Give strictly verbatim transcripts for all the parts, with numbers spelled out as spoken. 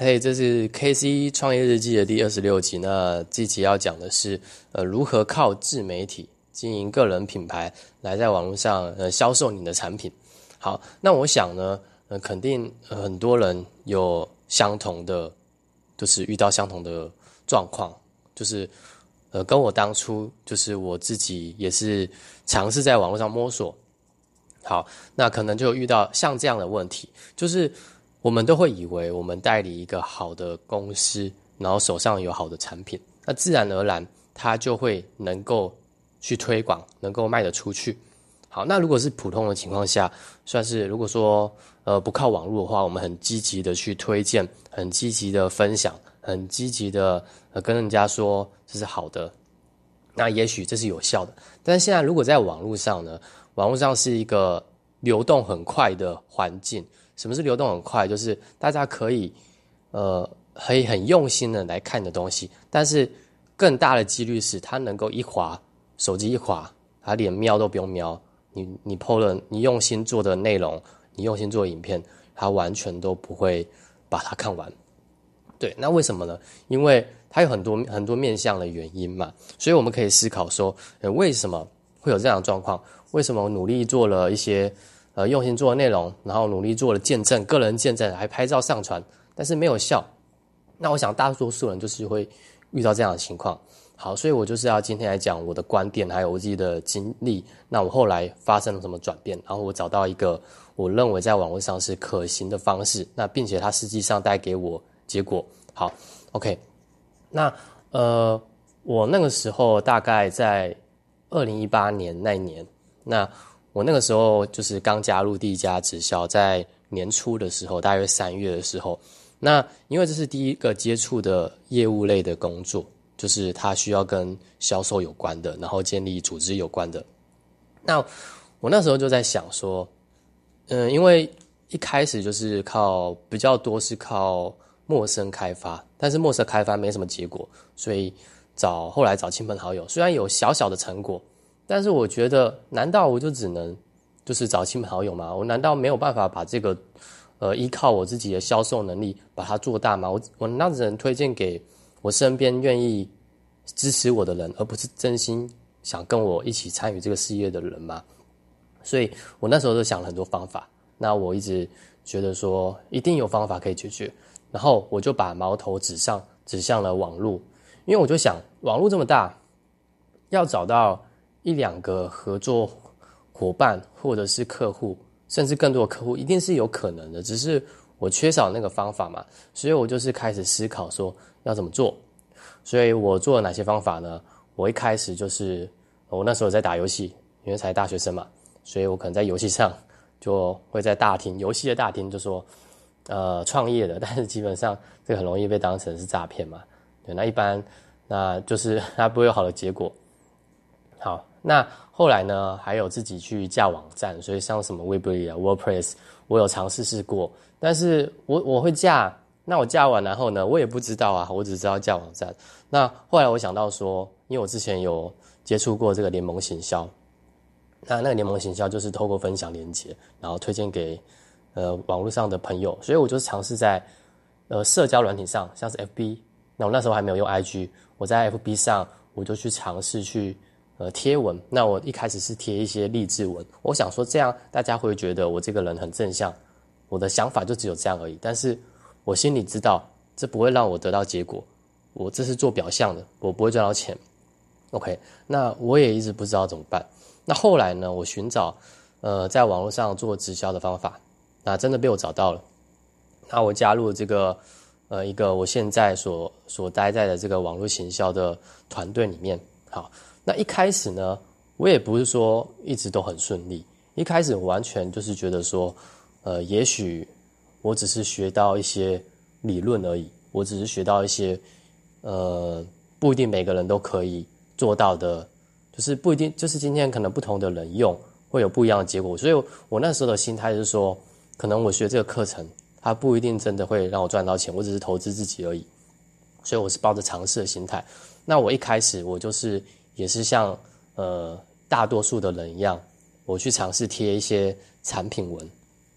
嘿，这是 K C 创业日记的第二十六集。那这集要讲的是，呃，如何靠自媒体经营个人品牌，来在网络上呃销售你的产品。好，那我想呢，呃，肯定、呃、很多人有相同的，就是遇到相同的状况，就是呃，跟我当初就是我自己也是尝试在网络上摸索。好，那可能就遇到像这样的问题，就是我们都会以为我们代理一个好的公司，然后手上有好的产品，那自然而然它就会能够去推广，能够卖得出去。好，那如果是普通的情况下，算是如果说呃不靠网络的话，我们很积极的去推荐，很积极的分享，很积极的呃跟人家说这是好的，那也许这是有效的。但是现在如果在网络上呢，网络上是一个流动很快的环境。什么是流动很快？就是大家可以呃可以很用心的来看你的东西，但是更大的几率是他能够一滑手机一滑，他连瞄都不用瞄，你你 po 了你用心做的内容，你用心做的影片，他完全都不会把它看完。对，那为什么呢？因为它有很多很多面向的原因嘛，所以我们可以思考说，呃，为什么会有这样的状况？为什么我努力做了一些呃用心做的内容，然后努力做了见证，个人见证，还拍照上传，但是没有效？那我想大多数人就是会遇到这样的情况。好，所以我就是要今天来讲我的观点，还有我自己的经历。那我后来发生了什么转变？然后我找到一个我认为在网络上是可行的方式，那并且它实际上带给我结果。好 ，OK， 那呃，我那个时候大概在二零一八年那一年，那我那个时候就是刚加入第一家直销，在年初的时候，大约三月的时候，那因为这是第一个接触的业务类的工作，就是它需要跟销售有关的，然后建立组织有关的。那我那时候就在想说，嗯，因为一开始就是靠比较多是靠陌生开发，但是陌生开发没什么结果，所以找后来找亲朋好友，虽然有小小的成果，但是我觉得难道我就只能就是找亲朋好友吗？我难道没有办法把这个呃依靠我自己的销售能力把它做大吗？我我难道只能推荐给我身边愿意支持我的人，而不是真心想跟我一起参与这个事业的人吗？所以我那时候就想了很多方法，那我一直觉得说一定有方法可以解决，然后我就把矛头指上指向了网络，因为我就想网络这么大，要找到一两个合作伙伴或者是客户，甚至更多的客户，一定是有可能的，只是我缺少那个方法嘛，所以我就是开始思考说要怎么做。所以我做了哪些方法呢？我一开始就是我那时候在打游戏，因为才大学生嘛，所以我可能在游戏上就会在大厅，游戏的大厅就说呃创业的，但是基本上这个很容易被当成是诈骗嘛。对，那一般那就是它不会有好的结果。好，那后来呢，还有自己去架网站，所以像什么 Weebly 啊、WordPress， 我有尝试试过，但是我我会架，那我架完然后呢，我也不知道啊，我只知道架网站。那后来我想到说，因为我之前有接触过这个联盟行销，那那个联盟行销就是透过分享连结，然后推荐给呃网络上的朋友，所以我就是尝试在呃社交软体上，像是 F B， 那我那时候还没有用 I G， 我在 F B 上我就去尝试去呃贴文，那我一开始是贴一些励志文，我想说这样大家会觉得我这个人很正向，我的想法就只有这样而已，但是我心里知道这不会让我得到结果，我这是做表象的，我不会赚到钱。OK， 那我也一直不知道怎么办。那后来呢，我寻找呃在网络上做直销的方法，那真的被我找到了。那我加入了这个呃一个我现在所所待在的这个网络行销的团队里面。好，那一开始呢，我也不是说一直都很顺利。一开始我完全就是觉得说，呃，也许我只是学到一些理论而已，我只是学到一些呃不一定每个人都可以做到的，就是不一定，就是今天可能不同的人用会有不一样的结果，所以我那时候的心态是说，可能我学这个课程，它不一定真的会让我赚到钱，我只是投资自己而已，所以我是抱着尝试的心态。那我一开始我就是也是像呃大多数的人一样，我去尝试贴一些产品文，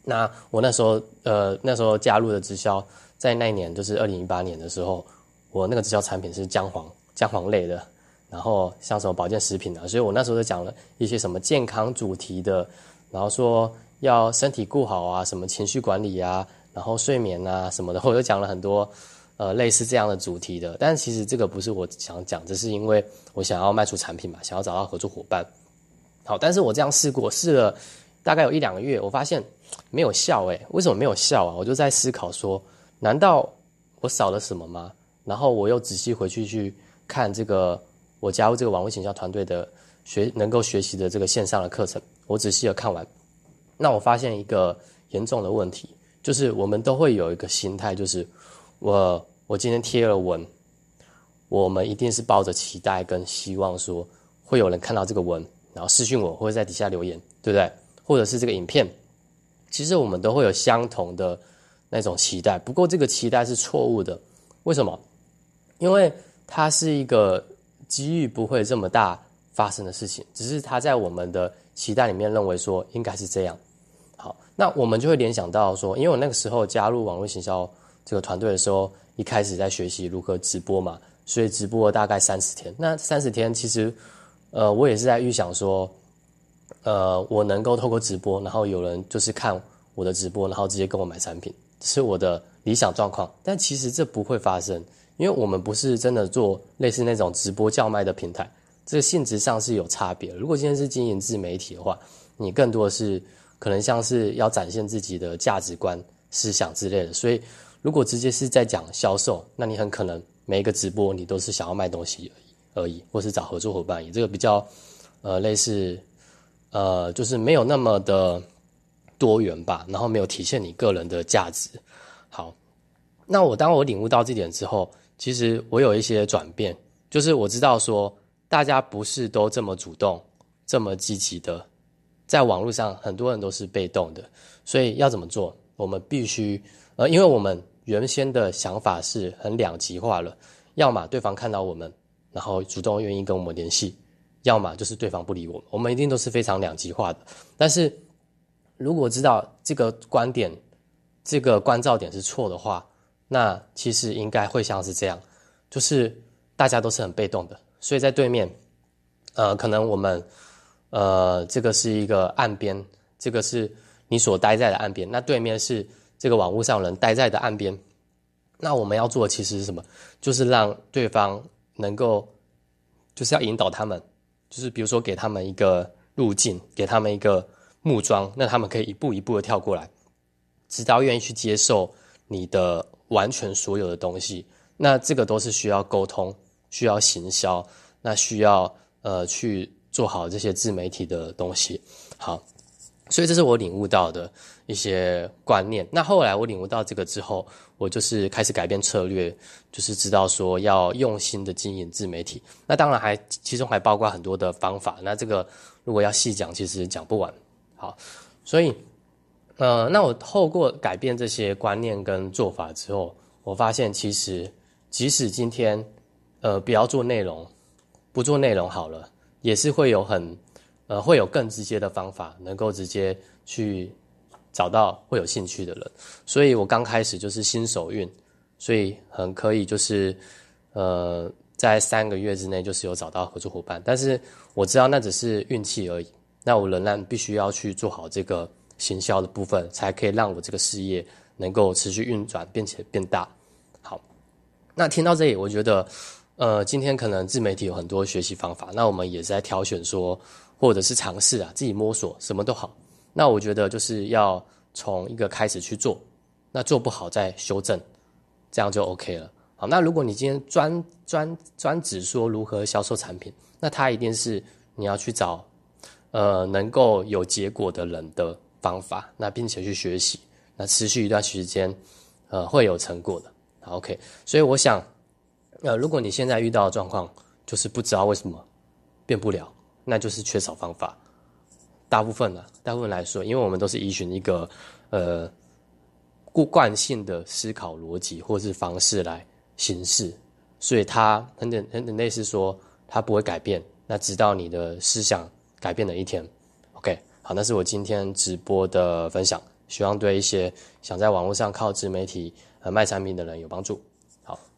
那我那时候呃那时候加入的直销，在那一年就是二零一八年的时候，我那个直销产品是姜黄姜黄类的，然后像什么保健食品啊，所以我那时候就讲了一些什么健康主题的，然后说要身体顾好啊，什么情绪管理啊，然后睡眠啊什么的，我就讲了很多呃类似这样的主题的。但是其实这个不是我想讲，只是因为我想要卖出产品嘛，想要找到合作伙伴。好，但是我这样试过，试了大概有一两个月，我发现没有效诶，为什么没有效啊？我就在思考说，难道我少了什么吗？然后我又仔细回去去看这个我加入这个网络行销团队的学能够学习的这个线上的课程，我仔细的看完，那我发现一个严重的问题，就是我们都会有一个心态，就是我我今天贴了文，我们一定是抱着期待跟希望说会有人看到这个文，然后私讯我或者在底下留言，对不对？或者是这个影片，其实我们都会有相同的那种期待，不过这个期待是错误的。为什么？因为它是一个机遇不会这么大发生的事情，只是它在我们的期待里面认为说应该是这样。好，那我们就会联想到说，因为我那个时候加入网络行销这个团队的时候，一开始在学习如何直播嘛，所以直播了大概三十天。那三十天其实呃我也是在预想说呃我能够透过直播，然后有人就是看我的直播，然后直接跟我买产品，这是我的理想状况。但其实这不会发生，因为我们不是真的做类似那种直播叫卖的平台，这个性质上是有差别。如果今天是经营自媒体的话，你更多的是可能像是要展现自己的价值观、思想之类的。所以如果直接是在讲销售，那你很可能每一个直播你都是想要卖东西而已，而已或是找合作伙伴而已。这个比较呃类似呃就是没有那么的多元吧，然后没有体现你个人的价值。好，那我当我领悟到这点之后，其实我有一些转变，就是我知道说大家不是都这么主动这么积极的，在网络上很多人都是被动的，所以要怎么做？我们必须呃，因为我们原先的想法是很两极化了，要么对方看到我们然后主动愿意跟我们联系，要么就是对方不理我们，我们一定都是非常两极化的。但是如果知道这个观点这个关照点是错的话，那其实应该会像是这样，就是大家都是很被动的，所以在对面呃，可能我们呃，这个是一个岸边，这个是你所待在的岸边，那对面是这个网络上人待在的岸边，那我们要做的其实是什么？就是让对方能够，就是要引导他们，就是比如说给他们一个路径，给他们一个木桩，那他们可以一步一步的跳过来，直到愿意去接受你的完全所有的东西。那这个都是需要沟通，需要行销，那需要呃去做好这些自媒体的东西。好，所以这是我领悟到的一些观念。那后来我领悟到这个之后，我就是开始改变策略，就是知道说要用心的经营自媒体。那当然还其中还包括很多的方法，那这个如果要细讲，其实讲不完。好，所以呃，那我透过改变这些观念跟做法之后，我发现其实即使今天呃不要做内容，不做内容好了，也是会有很呃会有更直接的方法，能够直接去找到会有兴趣的人。所以我刚开始就是新手运，所以很可以就是呃在三个月之内就是有找到合作伙伴，但是我知道那只是运气而已。那我仍然必须要去做好这个行销的部分，才可以让我这个事业能够持续运转，并且变大。好，那听到这里，我觉得，呃，今天可能自媒体有很多学习方法，那我们也是在挑选说，或者是尝试啊，自己摸索，什么都好。那我觉得就是要从一个开始去做，那做不好再修正，这样就 OK 了。好，那如果你今天专专专只说如何销售产品，那它一定是你要去找。呃，能够有结果的人的方法，那并且去学习，那持续一段时间，呃，会有成果的。好 OK， 所以我想，呃，如果你现在遇到的状况就是不知道为什么变不了，那就是缺少方法。大部分呢、啊，大部分来说，因为我们都是依循一个呃固惯性的思考逻辑或是方式来行事，所以它很很很类似说，它不会改变。那直到你的思想改变了一天 ，OK， 好，那是我今天直播的分享， 希望对一些想在网络上靠自媒体呃卖产品的人有帮助。好。